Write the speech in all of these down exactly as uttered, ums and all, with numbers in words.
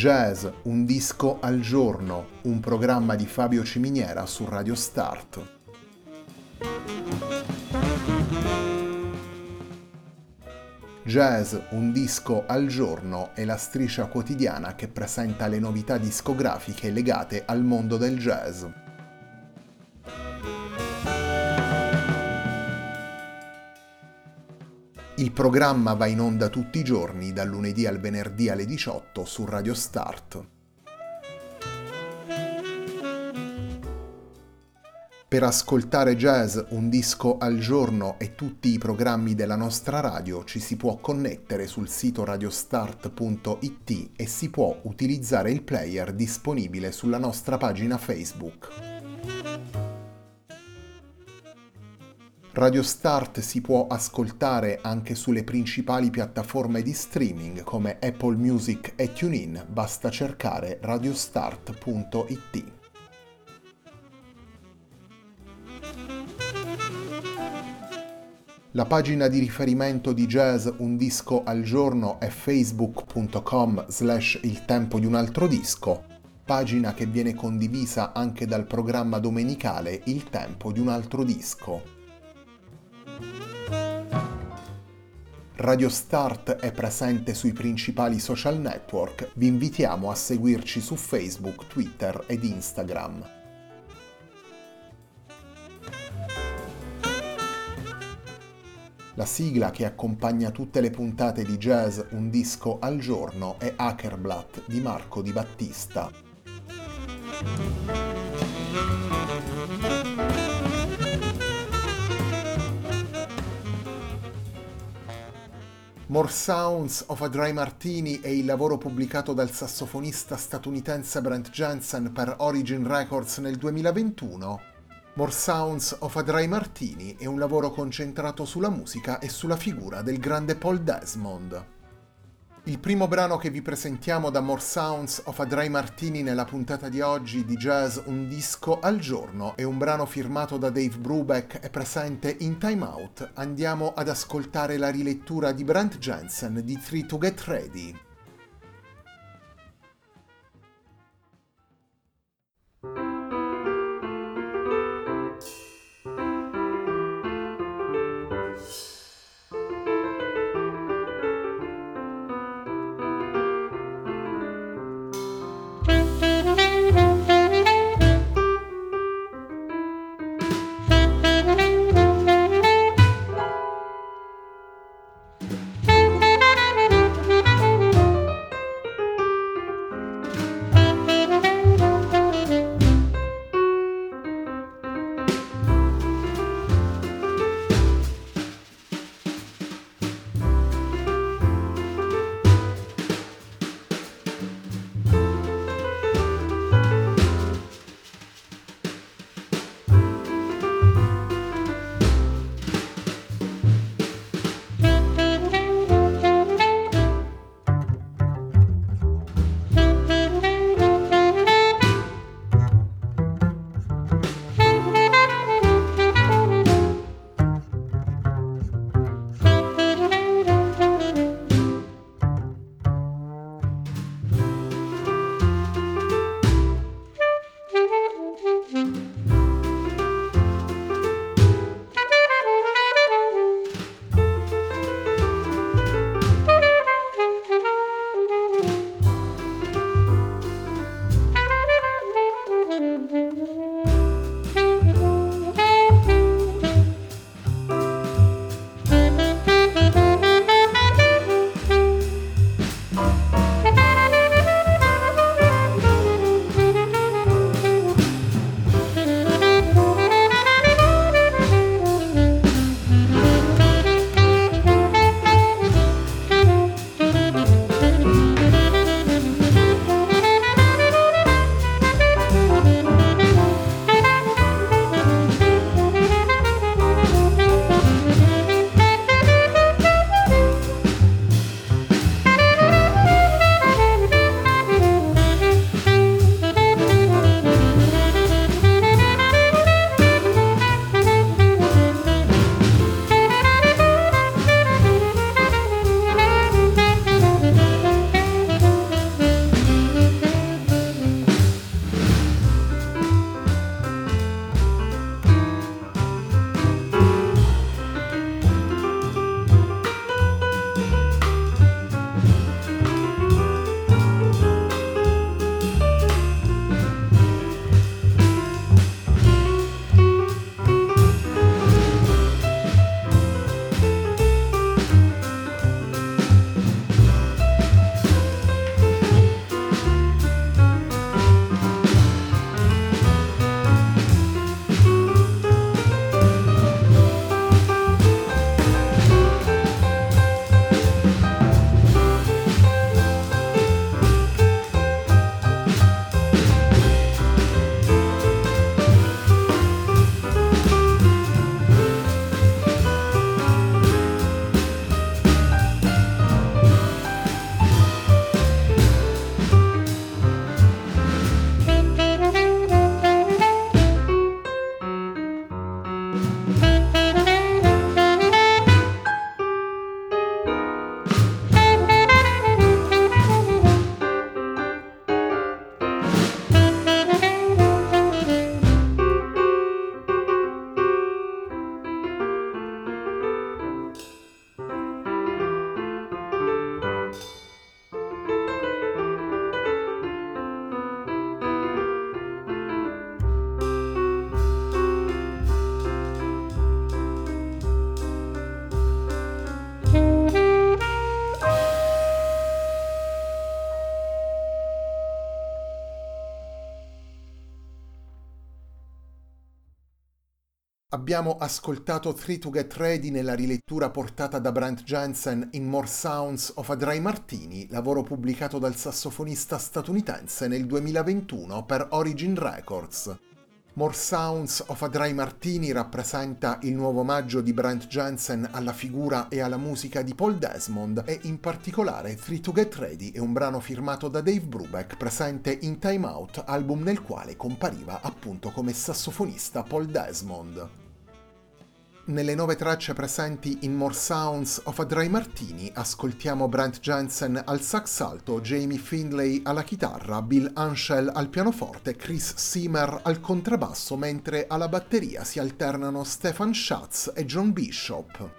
Jazz, un disco al giorno, un programma di Fabio Ciminiera su Radio Start. Jazz, un disco al giorno è la striscia quotidiana che presenta le novità discografiche legate al mondo del jazz. Il programma va in onda tutti i giorni, dal lunedì al venerdì alle diciotto su Radio Start. Per ascoltare Jazz, un disco al giorno e tutti i programmi della nostra radio ci si può connettere sul sito radiostart punto it e si può utilizzare il player disponibile sulla nostra pagina Facebook. Radio Start si può ascoltare anche sulle principali piattaforme di streaming come Apple Music e TuneIn, basta cercare radiostart punto it. La pagina di riferimento di Jazz Un Disco al Giorno è facebook punto com slash il tempo di un altro disco, pagina che viene condivisa anche dal programma domenicale Il tempo di un altro disco. Radio Start è presente sui principali social network, vi invitiamo a seguirci su Facebook, Twitter ed Instagram. La sigla che accompagna tutte le puntate di Jazz Un Disco al Giorno è Hackerblatt di Marco Di Battista. More Sounds of a Dry Martini è il lavoro pubblicato dal sassofonista statunitense Brent Jensen per Origin Records nel duemilaventuno. More Sounds of a Dry Martini è un lavoro concentrato sulla musica e sulla figura del grande Paul Desmond. Il primo brano che vi presentiamo da More Sounds of a Dry Martini nella puntata di oggi di Jazz Un Disco al Giorno è un brano firmato da Dave Brubeck e presente in Time Out. Andiamo ad ascoltare la rilettura di Brent Jensen di Three to Get Ready. Abbiamo ascoltato Three to Get Ready nella rilettura portata da Brent Jensen in More Sounds of a Dry Martini, lavoro pubblicato dal sassofonista statunitense nel duemilaventuno per Origin Records. More Sounds of a Dry Martini rappresenta il nuovo omaggio di Brent Jensen alla figura e alla musica di Paul Desmond e in particolare Three to Get Ready è un brano firmato da Dave Brubeck presente in Time Out, album nel quale compariva appunto come sassofonista Paul Desmond. Nelle nove tracce presenti in More Sounds of a Dry Martini ascoltiamo Brent Jensen al sax alto, Jamie Findlay alla chitarra, Bill Anshel al pianoforte, Chris Zimmer al contrabbasso, mentre alla batteria si alternano Stefan Schatz e John Bishop.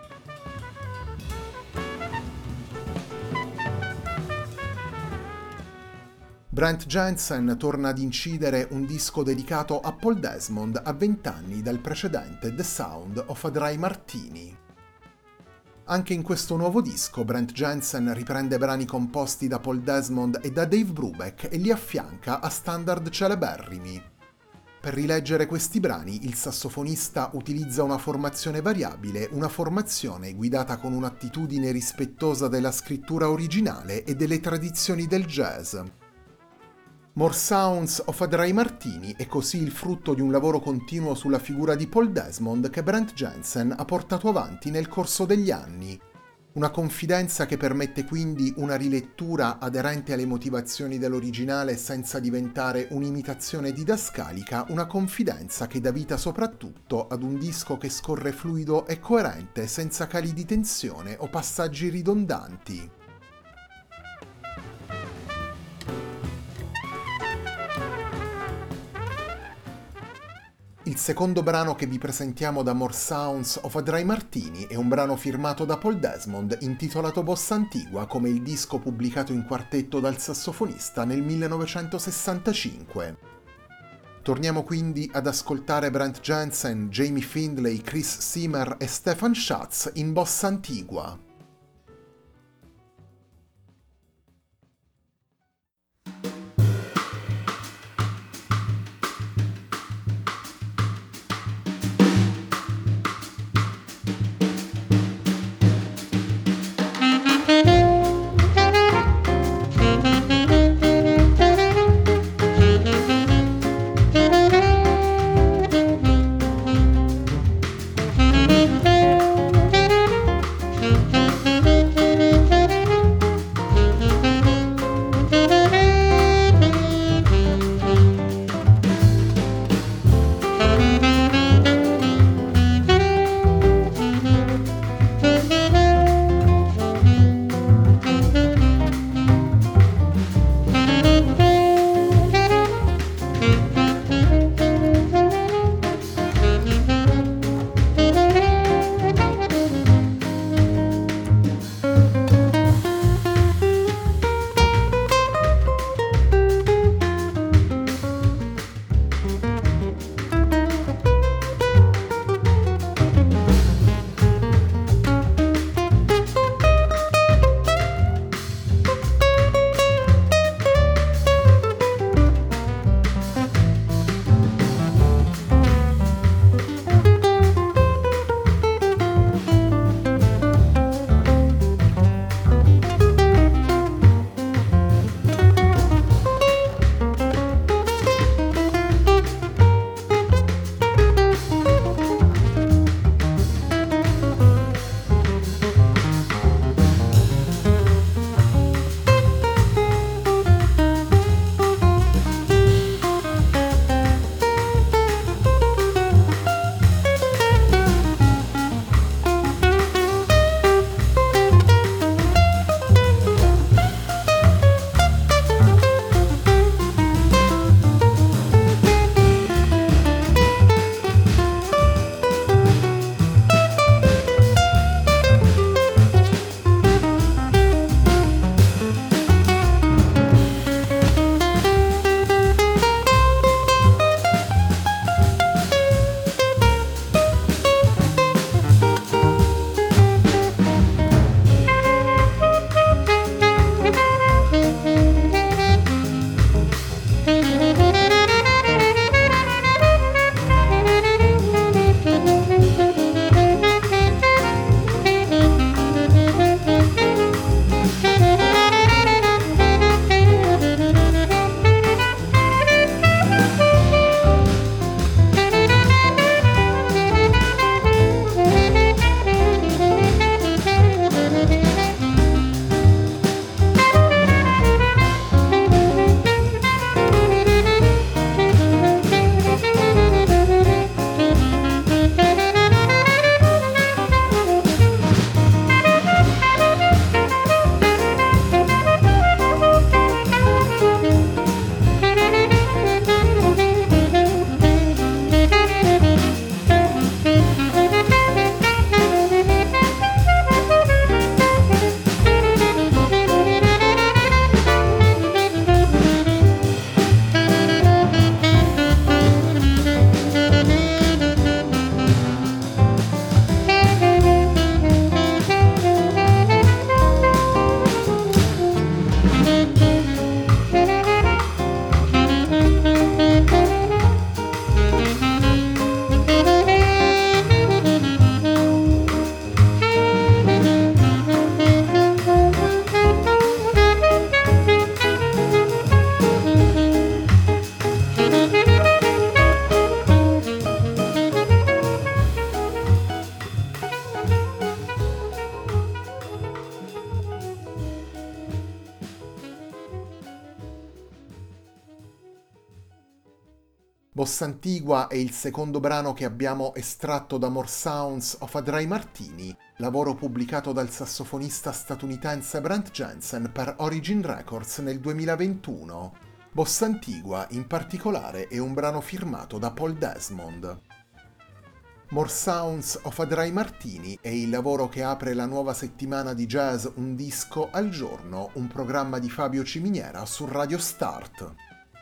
Brent Jensen torna ad incidere un disco dedicato a Paul Desmond a vent'anni dal precedente The Sound of a Dry Martini. Anche in questo nuovo disco Brent Jensen riprende brani composti da Paul Desmond e da Dave Brubeck e li affianca a standard celeberrimi. Per rileggere questi brani il sassofonista utilizza una formazione variabile, una formazione guidata con un'attitudine rispettosa della scrittura originale e delle tradizioni del jazz. More Sounds of a Dry Martini è così il frutto di un lavoro continuo sulla figura di Paul Desmond che Brent Jensen ha portato avanti nel corso degli anni. Una confidenza che permette quindi una rilettura aderente alle motivazioni dell'originale senza diventare un'imitazione didascalica, una confidenza che dà vita soprattutto ad un disco che scorre fluido e coerente, senza cali di tensione o passaggi ridondanti. Il secondo brano che vi presentiamo da More Sounds of a Dry Martini è un brano firmato da Paul Desmond intitolato Bossa Antigua, come il disco pubblicato in quartetto dal sassofonista nel millenovecentosessantacinque. Torniamo quindi ad ascoltare Brent Jensen, Jamie Findlay, Chris Zimmer e Stefan Schatz in Bossa Antigua. Bossa Antigua è il secondo brano che abbiamo estratto da More Sounds of a Dry Martini, lavoro pubblicato dal sassofonista statunitense Brent Jensen per Origin Records nel duemilaventuno. Bossa Antigua, in particolare, è un brano firmato da Paul Desmond. More Sounds of a Dry Martini è il lavoro che apre la nuova settimana di jazz Un disco al giorno, un programma di Fabio Ciminiera su Radio Start.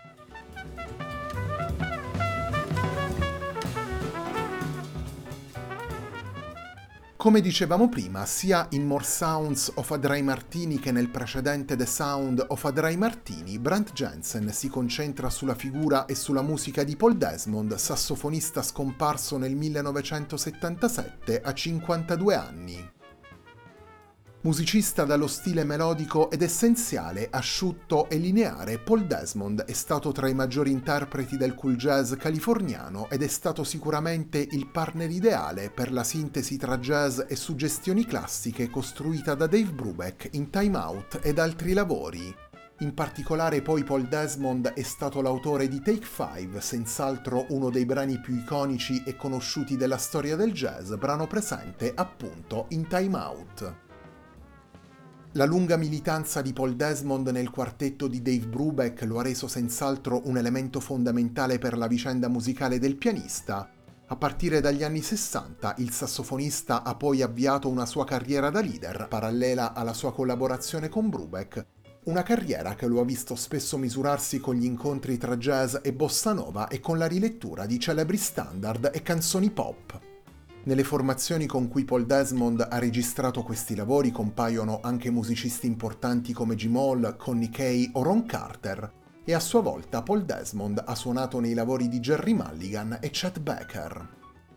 Come dicevamo prima, sia in More Sounds of a Dry Martini che nel precedente The Sound of a Dry Martini, Brent Jensen si concentra sulla figura e sulla musica di Paul Desmond, sassofonista scomparso nel millenovecentosettantasette a cinquantadue anni. Musicista dallo stile melodico ed essenziale, asciutto e lineare, Paul Desmond è stato tra i maggiori interpreti del cool jazz californiano ed è stato sicuramente il partner ideale per la sintesi tra jazz e suggestioni classiche costruita da Dave Brubeck in Time Out ed altri lavori. In particolare poi Paul Desmond è stato l'autore di Take Five, senz'altro uno dei brani più iconici e conosciuti della storia del jazz, brano presente appunto in Time Out. La lunga militanza di Paul Desmond nel quartetto di Dave Brubeck lo ha reso senz'altro un elemento fondamentale per la vicenda musicale del pianista. A partire dagli anni sessanta, il sassofonista ha poi avviato una sua carriera da leader, parallela alla sua collaborazione con Brubeck, una carriera che lo ha visto spesso misurarsi con gli incontri tra jazz e bossa nova e con la rilettura di celebri standard e canzoni pop. Nelle formazioni con cui Paul Desmond ha registrato questi lavori compaiono anche musicisti importanti come Jim Hall, Connie Kay o Ron Carter, e a sua volta Paul Desmond ha suonato nei lavori di Gerry Mulligan e Chet Baker.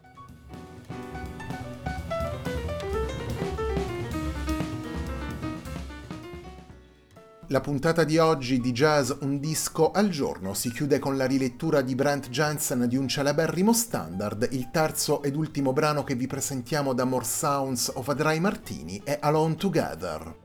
La puntata di oggi di Jazz Un disco al giorno si chiude con la rilettura di Brent Jensen di un celeberrimo standard. Il terzo ed ultimo brano che vi presentiamo da More Sounds of a Dry Martini è Alone Together.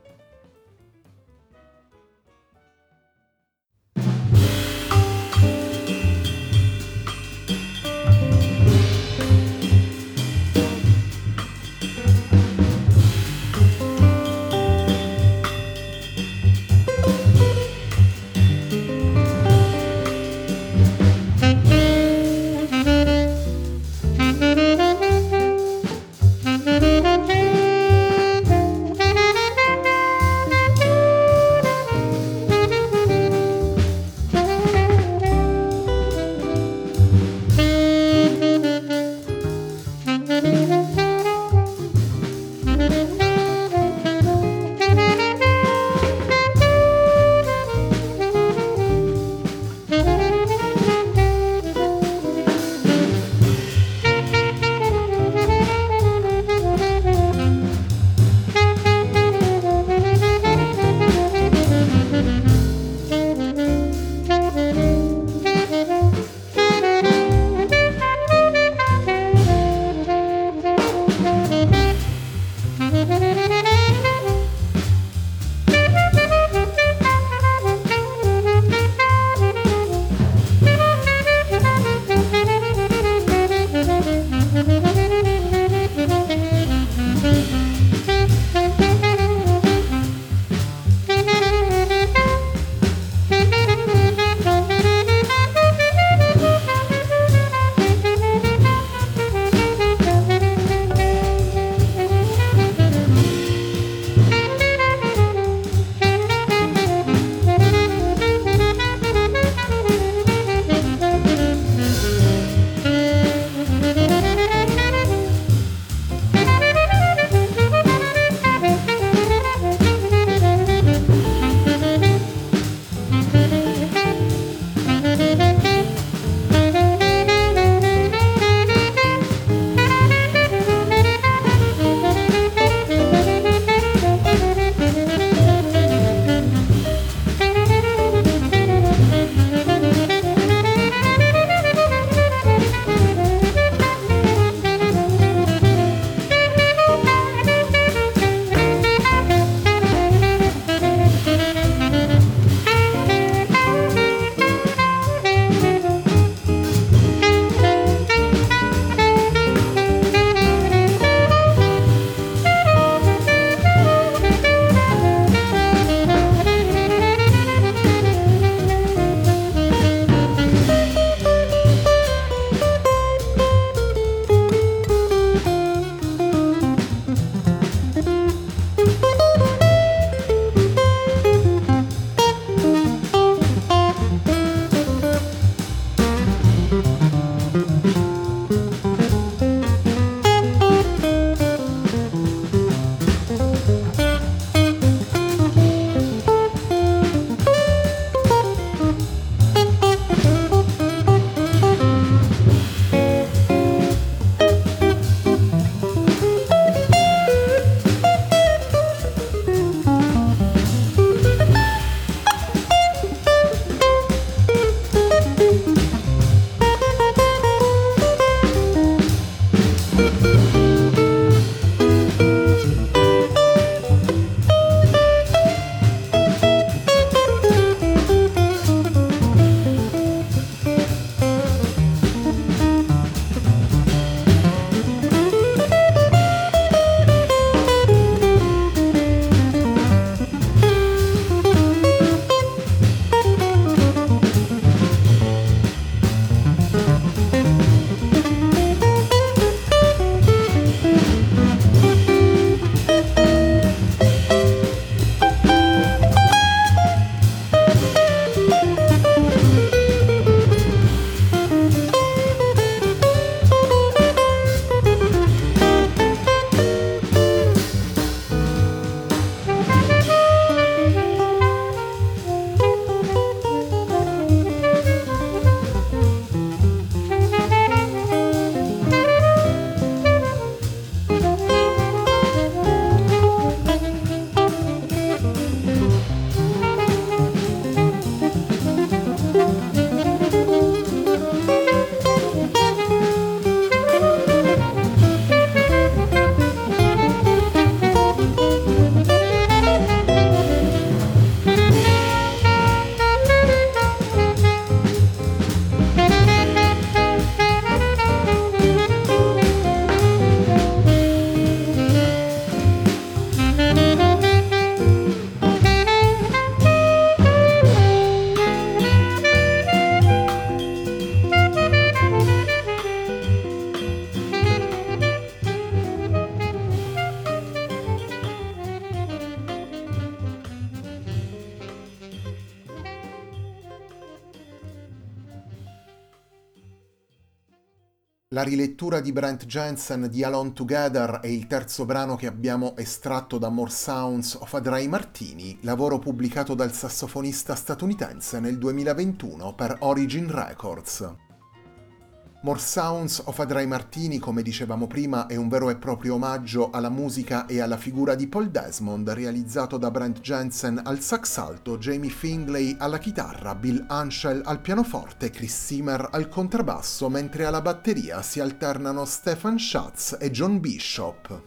La rilettura di Brent Jensen di Alone Together è il terzo brano che abbiamo estratto da More Sounds of a Dry Martini, lavoro pubblicato dal sassofonista statunitense nel duemilaventuno per Origin Records. More Sounds of a Dry Martini, come dicevamo prima, è un vero e proprio omaggio alla musica e alla figura di Paul Desmond, realizzato da Brent Jensen al sax alto, Jamie Fingley alla chitarra, Bill Anschel al pianoforte, Chris Zimmer al contrabbasso, mentre alla batteria si alternano Stefan Schatz e John Bishop.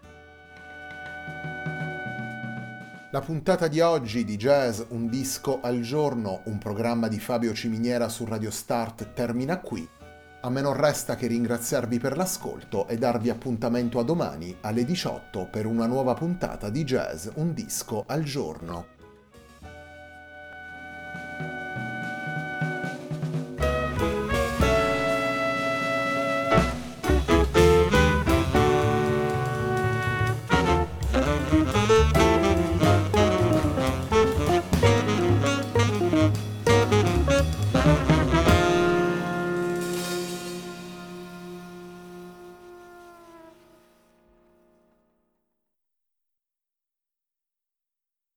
La puntata di oggi di Jazz Un disco al giorno, un programma di Fabio Ciminiera su Radio Start, termina qui. A me non resta che ringraziarvi per l'ascolto e darvi appuntamento a domani alle diciotto per una nuova puntata di Jazz Un disco al giorno.